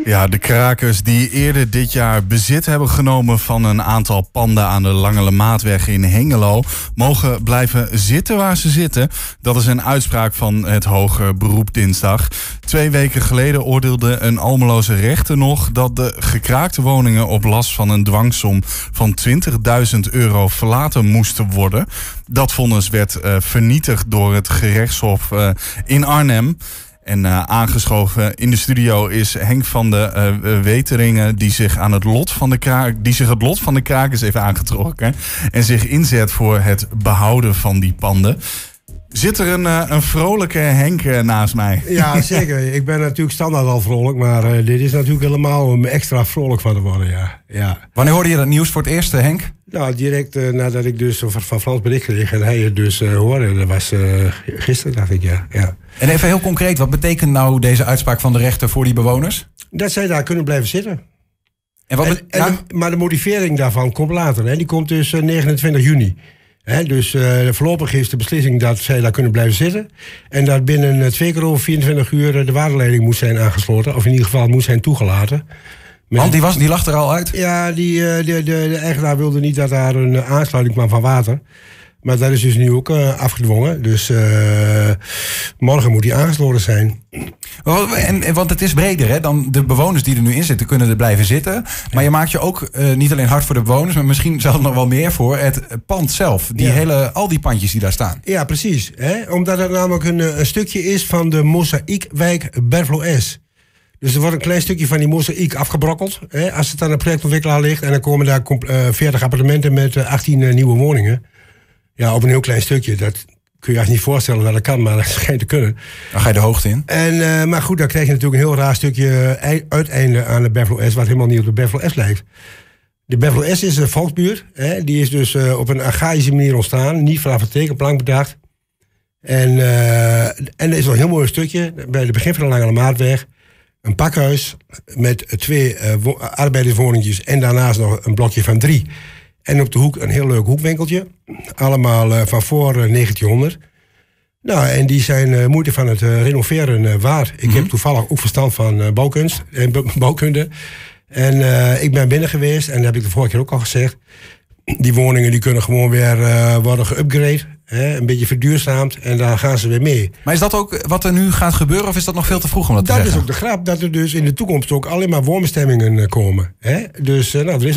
Ja, de krakers die eerder dit jaar bezit hebben genomen van een aantal panden aan de Langelemaatweg in Hengelo, mogen blijven zitten waar ze zitten. Dat is een uitspraak van het Hoger Beroep dinsdag. 2 weken geleden oordeelde een Almeloze rechter nog dat de gekraakte woningen op last van een dwangsom van €20.000 verlaten moesten worden. Dat vonnis werd vernietigd door het gerechtshof in Arnhem. En aangeschoven in de studio is Henk van de Weteringen, die zich het lot van de krakers heeft aangetrokken en zich inzet voor het behouden van die panden. Zit er een vrolijke Henk naast mij? Ja, zeker. Ik ben natuurlijk standaard al vrolijk, maar dit is natuurlijk helemaal om extra vrolijk van te worden, ja. Wanneer hoorde je dat nieuws voor het eerst, Henk? Nou, direct nadat ik dus van Frans bericht kreeg en hij het dus hoorde. Dat was gisteren, dacht ik, ja. En even heel concreet, wat betekent nou deze uitspraak van de rechter voor die bewoners? Dat zij daar kunnen blijven zitten. En maar de motivering daarvan komt later. Hè. Die komt dus 29 juni. Dus voorlopig is de beslissing dat zij daar kunnen blijven zitten. En dat binnen 2 keer over 24 uur de waterleiding moet zijn aangesloten. Of in ieder geval moet zijn toegelaten. Want die lag er al uit? Ja, de eigenaar wilde niet dat daar een aansluiting kwam van water. Maar dat is dus nu ook afgedwongen. Dus morgen moet die aangesloten zijn. Want het is breder, hè? Dan de bewoners die er nu in zitten kunnen er blijven zitten. Maar je maakt je ook niet alleen hard voor de bewoners, maar misschien zelfs nog wel meer voor het pand zelf. Al die pandjes die daar staan. Ja, precies. Hè? Omdat het namelijk een stukje is van de mozaïekwijk Bervlo-S. Dus er wordt een klein stukje van die mozaïek afgebrokkeld. Hè? Als het aan een projectontwikkelaar ligt. En dan komen daar 40 appartementen met 18 nieuwe woningen. Ja, op een heel klein stukje. Dat kun je je niet voorstellen dat dat kan, maar dat schijnt te kunnen. Dan ga je de hoogte in. Maar goed, dan krijg je natuurlijk een heel raar stukje uiteinde aan de Bervlo-S, wat helemaal niet op de Bervlo-S lijkt. De Bervlo-S is een volksbuurt. Hè? Die is dus op een archaïsche manier ontstaan. Niet vanaf het tekenplank bedacht. En er is nog een heel mooi stukje bij het begin van de Langelemaatweg. Een pakhuis met 2 arbeiderswoningjes en daarnaast nog een blokje van 3. En op de hoek een heel leuk hoekwinkeltje. Allemaal van voor 1900. Nou, en die zijn moeite van het renoveren waard. Ik heb toevallig ook verstand van bouwkunde. En ik ben binnen geweest, en dat heb ik de vorige keer ook al gezegd. Die woningen die kunnen gewoon weer worden geupgrade. Een beetje verduurzaamd en daar gaan ze weer mee. Maar is dat ook wat er nu gaat gebeuren of is dat nog veel te vroeg om dat te zeggen? Dat is ook de grap, dat er dus in de toekomst ook alleen maar woonbestemmingen komen. Dus er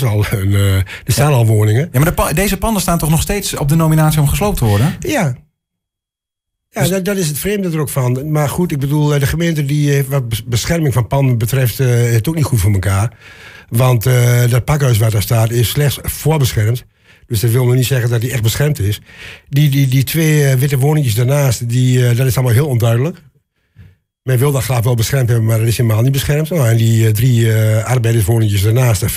staan al woningen. Ja, maar deze panden staan toch nog steeds op de nominatie om gesloopt te worden? Ja. Ja, dus dat is het vreemde er ook van. Maar goed, ik bedoel, de gemeente die heeft wat bescherming van panden betreft het ook niet goed voor elkaar. Want dat pakhuis waar daar staat is slechts voorbeschermd. Dus dat wil nog niet zeggen dat die echt beschermd is. Die 2 witte woningjes daarnaast, dat is allemaal heel onduidelijk. Men wil dat graag wel beschermd hebben, maar dat is helemaal niet beschermd. Nou, en die 3 arbeiderswoningjes daarnaast, dat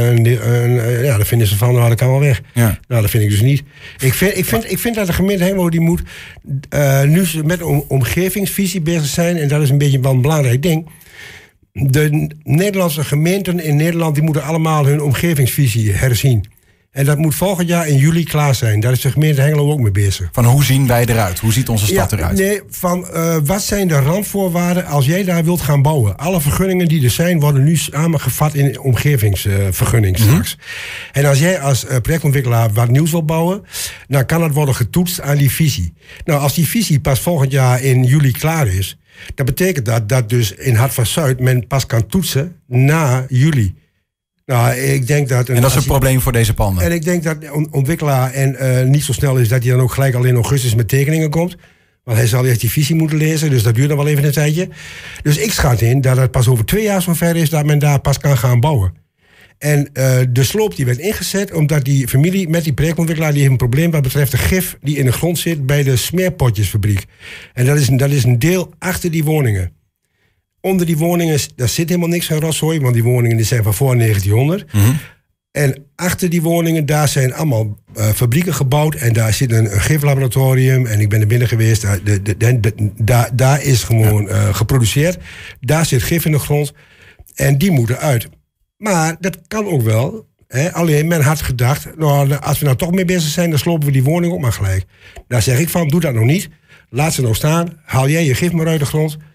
vinden ze van, nou, dat kan wel weg. Ja. Nou, dat vind ik dus niet. Ik vind dat de gemeente Hengelo die moet nu met een omgevingsvisie bezig zijn. En dat is een beetje wel een belangrijk ding. De Nederlandse gemeenten in Nederland die moeten allemaal hun omgevingsvisie herzien. En dat moet volgend jaar in juli klaar zijn. Daar is de gemeente Hengelo ook mee bezig. Van hoe zien wij eruit? Hoe ziet onze stad eruit? Nee, van wat zijn de randvoorwaarden als jij daar wilt gaan bouwen? Alle vergunningen die er zijn worden nu samengevat in omgevingsvergunning straks. En als jij als projectontwikkelaar wat nieuws wil bouwen, dan kan dat worden getoetst aan die visie. Nou, als die visie pas volgend jaar in juli klaar is, dat betekent dat dus in Hart van Zuid men pas kan toetsen na juli. Nou, ik denk dat en dat is een probleem voor deze panden. En ik denk dat een ontwikkelaar niet zo snel is dat hij dan ook gelijk al in augustus met tekeningen komt. Want hij zal eerst die visie moeten lezen, dus dat duurt dan wel even een tijdje. Dus ik schat in dat het pas over 2 jaar zover is dat men daar pas kan gaan bouwen. En de sloop die werd ingezet omdat die familie met die projectontwikkelaar die heeft een probleem wat betreft de gif die in de grond zit bij de smeerpotjesfabriek. En dat is een deel achter die woningen. Onder die woningen, daar zit helemaal niks van rotzooi, want die woningen die zijn van voor 1900. En achter die woningen, daar zijn allemaal fabrieken gebouwd. En daar zit een giflaboratorium. En ik ben er binnen geweest. Daar is gewoon geproduceerd. Daar zit gif in de grond. En die moeten uit. Maar dat kan ook wel. Alleen men had gedacht, nou, als we nou toch mee bezig zijn, dan slopen we die woning ook maar gelijk. Daar zeg ik van, doe dat nog niet. Laat ze nou staan. Haal jij je gif maar uit de grond.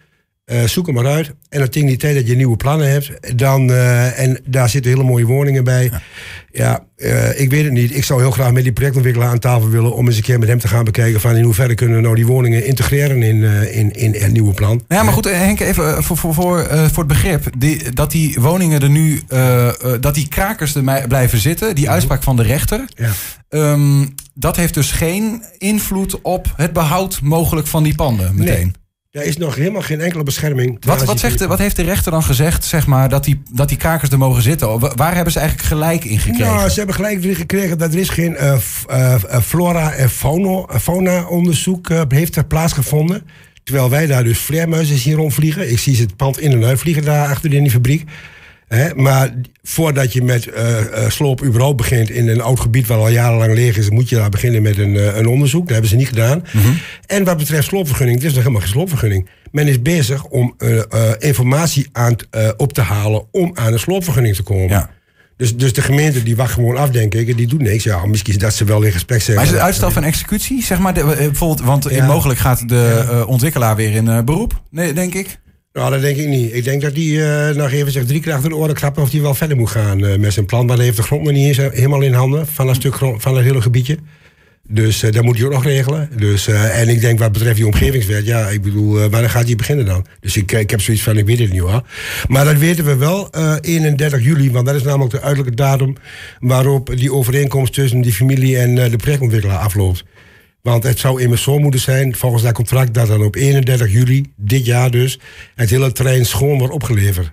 Zoek hem maar uit. En dan tegen die tijd dat je nieuwe plannen hebt, dan, en daar zitten hele mooie woningen bij. Ja, ik weet het niet. Ik zou heel graag met die projectontwikkelaar aan tafel willen om eens een keer met hem te gaan bekijken van in hoeverre kunnen we nou die woningen integreren in het nieuwe plan. Ja, maar goed, Henk, even voor het begrip. Dat die woningen er nu, dat die krakers er blijven zitten, die uitspraak van de rechter, dat heeft dus geen invloed op het behoud mogelijk van die panden meteen. Nee. Er is nog helemaal geen enkele bescherming. Wat heeft de rechter dan gezegd, zeg maar, dat die krakers er mogen zitten? Waar hebben ze eigenlijk gelijk in gekregen? Nou, ze hebben gelijk in gekregen dat er is geen flora- en fauna-onderzoek heeft er plaatsgevonden. Terwijl wij daar dus vleermuizen zien rondvliegen. Ik zie ze het pand in en uit vliegen daar achter in die fabriek. Maar voordat je met sloop überhaupt begint in een oud gebied waar al jarenlang leeg is, moet je daar beginnen met een onderzoek. Dat hebben ze niet gedaan. Mm-hmm. En wat betreft sloopvergunning, het is nog helemaal geen sloopvergunning. Men is bezig om informatie op te halen om aan een sloopvergunning te komen. Ja. Dus de gemeente die wacht gewoon af, denk ik. En die doet niks. Ja, misschien dat ze wel in gesprek zijn. Maar is het uitstel van executie? Zeg maar, bijvoorbeeld, want mogelijk gaat de ontwikkelaar weer in beroep, nee, denk ik. Nou, dat denk ik niet. Ik denk dat die nog even zegt 3 keer achter de oren klappen of die wel verder moet gaan met zijn plan. Maar hij heeft de grond nog niet eens helemaal in handen van dat stuk grond, van het hele gebiedje. Dus dat moet hij ook nog regelen. Dus, en ik denk wat betreft die omgevingswet, ja, ik bedoel, wanneer gaat die beginnen dan? Dus ik heb zoiets van, ik weet het niet hoor. Maar dat weten we wel 31 juli, want dat is namelijk de uiterlijke datum waarop die overeenkomst tussen die familie en de projectontwikkelaar afloopt. Want het zou immers zo moeten zijn, volgens dat contract, dat dan op 31 juli, dit jaar dus, het hele terrein schoon wordt opgeleverd.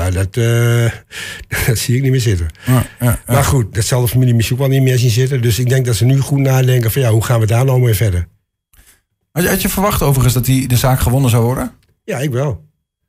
Dat zie ik niet meer zitten. Ja. Maar goed, dat zal de familie misschien ook wel niet meer zien zitten. Dus ik denk dat ze nu goed nadenken van hoe gaan we daar nou mee verder. Had je verwacht overigens dat de zaak gewonnen zou worden? Ja, ik wel.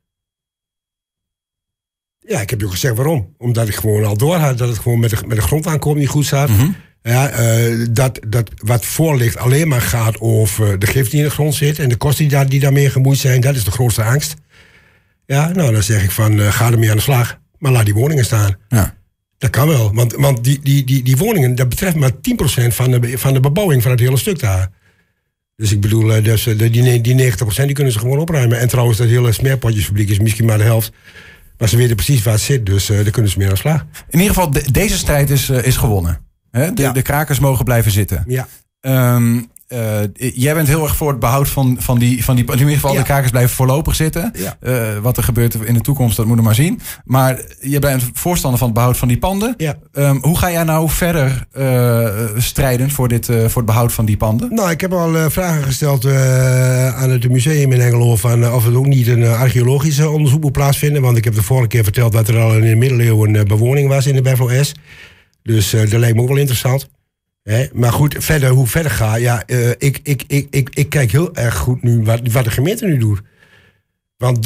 Ja, ik heb je ook gezegd waarom. Omdat ik gewoon al door had dat het gewoon met de grondaankoop niet goed zat. Mm-hmm. Ja, dat wat voor ligt alleen maar gaat over de gif die in de grond zit en de kosten die daarmee gemoeid zijn, dat is de grootste angst. Ja, nou dan zeg ik van ga ermee aan de slag, maar laat die woningen staan. Ja. Dat kan wel, want die woningen, dat betreft maar 10% van de bebouwing van het hele stuk daar. Dus ik bedoel, die 90% die kunnen ze gewoon opruimen. En trouwens, dat hele smeerpotjesfabriek is misschien maar de helft. Maar ze weten precies waar het zit, dus daar kunnen ze mee aan de slag. In ieder geval, deze strijd is gewonnen. De krakers mogen blijven zitten. Ja. Jij bent heel erg voor het behoud van die in ieder geval de krakers blijven voorlopig zitten. Ja. Wat er gebeurt in de toekomst, dat moeten we maar zien. Maar je bent voorstander van het behoud van die panden. Ja. Hoe ga jij nou verder strijden voor het behoud van die panden? Nou, ik heb al vragen gesteld aan het museum in Hengelo van of er ook niet een archeologisch onderzoek moet plaatsvinden. Want ik heb de vorige keer verteld dat er al in de middeleeuwen bewoning was in de Bevelo S. Dus dat lijkt me ook wel interessant. Maar goed, hoe verder ga, ik kijk heel erg goed nu wat de gemeente nu doet. Want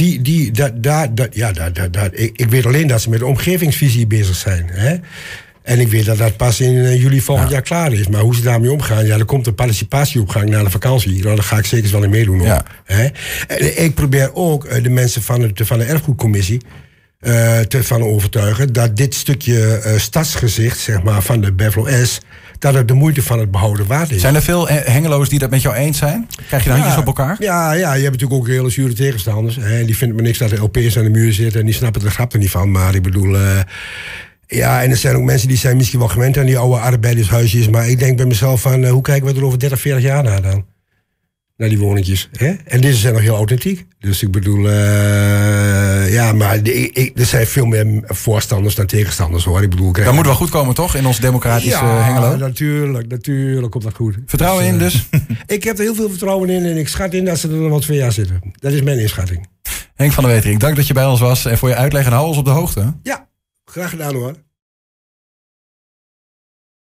ik weet alleen dat ze met de omgevingsvisie bezig zijn. En ik weet dat dat pas in juli volgend jaar klaar is. Maar hoe ze daarmee omgaan, er komt een participatieopgang na de vakantie. Nou, daar ga ik zeker wel in meedoen. Ja. En ik probeer ook de mensen van de erfgoedcommissie van overtuigen dat dit stukje stadsgezicht, zeg maar, van de Bevelo S, dat het de moeite van het behouden waard is. Zijn er veel Hengelo's die dat met jou eens zijn? Krijg je dan handjes op elkaar? Ja, je hebt natuurlijk ook hele zure tegenstanders. En die vinden me niks dat de LP's aan de muur zitten en die snappen de grap er niet van. Maar ik bedoel, en er zijn ook mensen die zijn misschien wel gewend aan die oude arbeidershuisjes. Maar ik denk bij mezelf van, hoe kijken we er over 30, 40 jaar naar dan? Naar die woningjes. En deze zijn nog heel authentiek. Dus ik bedoel, maar er zijn veel meer voorstanders dan tegenstanders, hoor. Ik bedoel, dat moet wel goed komen, toch? In ons democratische Hengelo? Ja, natuurlijk komt dat goed. Vertrouwen in dus? Ik heb er heel veel vertrouwen in en ik schat in dat ze er nog wel 2 jaar zitten. Dat is mijn inschatting. Henk van der Wetering, dank dat je bij ons was en voor je uitleg en hou ons op de hoogte. Ja, graag gedaan hoor.